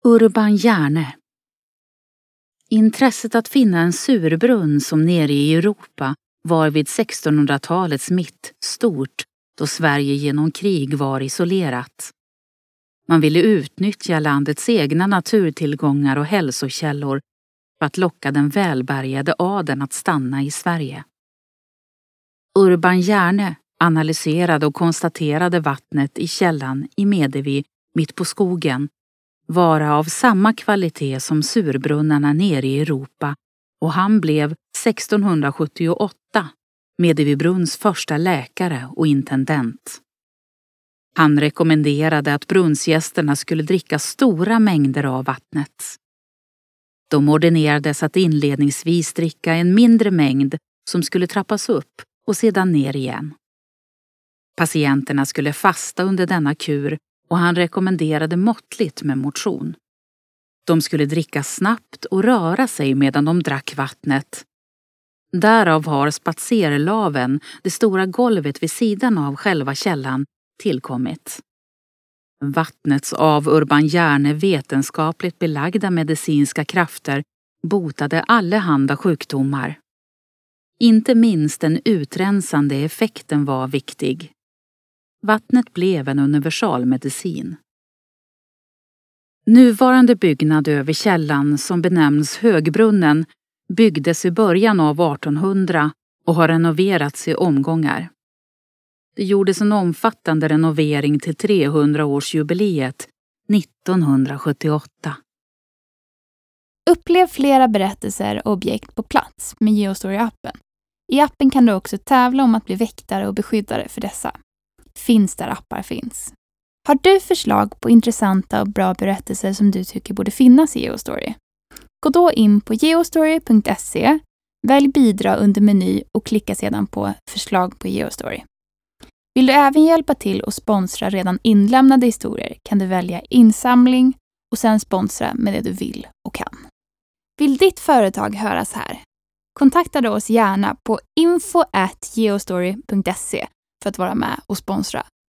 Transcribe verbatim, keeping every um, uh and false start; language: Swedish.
Urban Järne. Intresset att finna en surbrunn som nere i Europa var vid sextonhundratalets mitt stort, då Sverige genom krig var isolerat. Man ville utnyttja landets egna naturtillgångar och hälsokällor för att locka den välbärgade adeln att stanna i Sverige. Urban Järne analyserade och konstaterade vattnet i källan i Medevi mitt på skogen vara av samma kvalitet som surbrunnarna nere i Europa, och han blev sextonhundrasjuttioåtta Medevibrunns första läkare och intendent. Han rekommenderade att brunnsgästerna skulle dricka stora mängder av vattnet. De ordinerades att inledningsvis dricka en mindre mängd som skulle trappas upp och sedan ner igen. Patienterna skulle fasta under denna kur, och han rekommenderade måttligt med motion. De skulle dricka snabbt och röra sig medan de drack vattnet. Därav har spatserlaven, det stora golvet vid sidan av själva källan, tillkommit. Vattnets av Urban Järne vetenskapligt belagda medicinska krafter botade allehanda sjukdomar. Inte minst den utrensande effekten var viktig. Vattnet blev en universalmedicin. Nuvarande byggnad över källan, som benämns Högbrunnen, byggdes i början av artonhundra och har renoverats i omgångar. Det gjordes en omfattande renovering till trehundraårsjubileet nittonhundrasjuttioåtta. Upplev flera berättelser och objekt på plats med Geostory-appen. I appen kan du också tävla om att bli väktare och beskyddare för dessa. Finns där appar finns. Har du förslag på intressanta och bra berättelser som du tycker borde finnas i Geostory? Gå då in på geostory punkt se, välj bidra under meny och klicka sedan på förslag på Geostory. Vill du även hjälpa till och sponsra redan inlämnade historier kan du välja insamling och sen sponsra med det du vill och kan. Vill ditt företag höras här? Kontakta oss gärna på info at geostory punkt se för att vara med och sponsra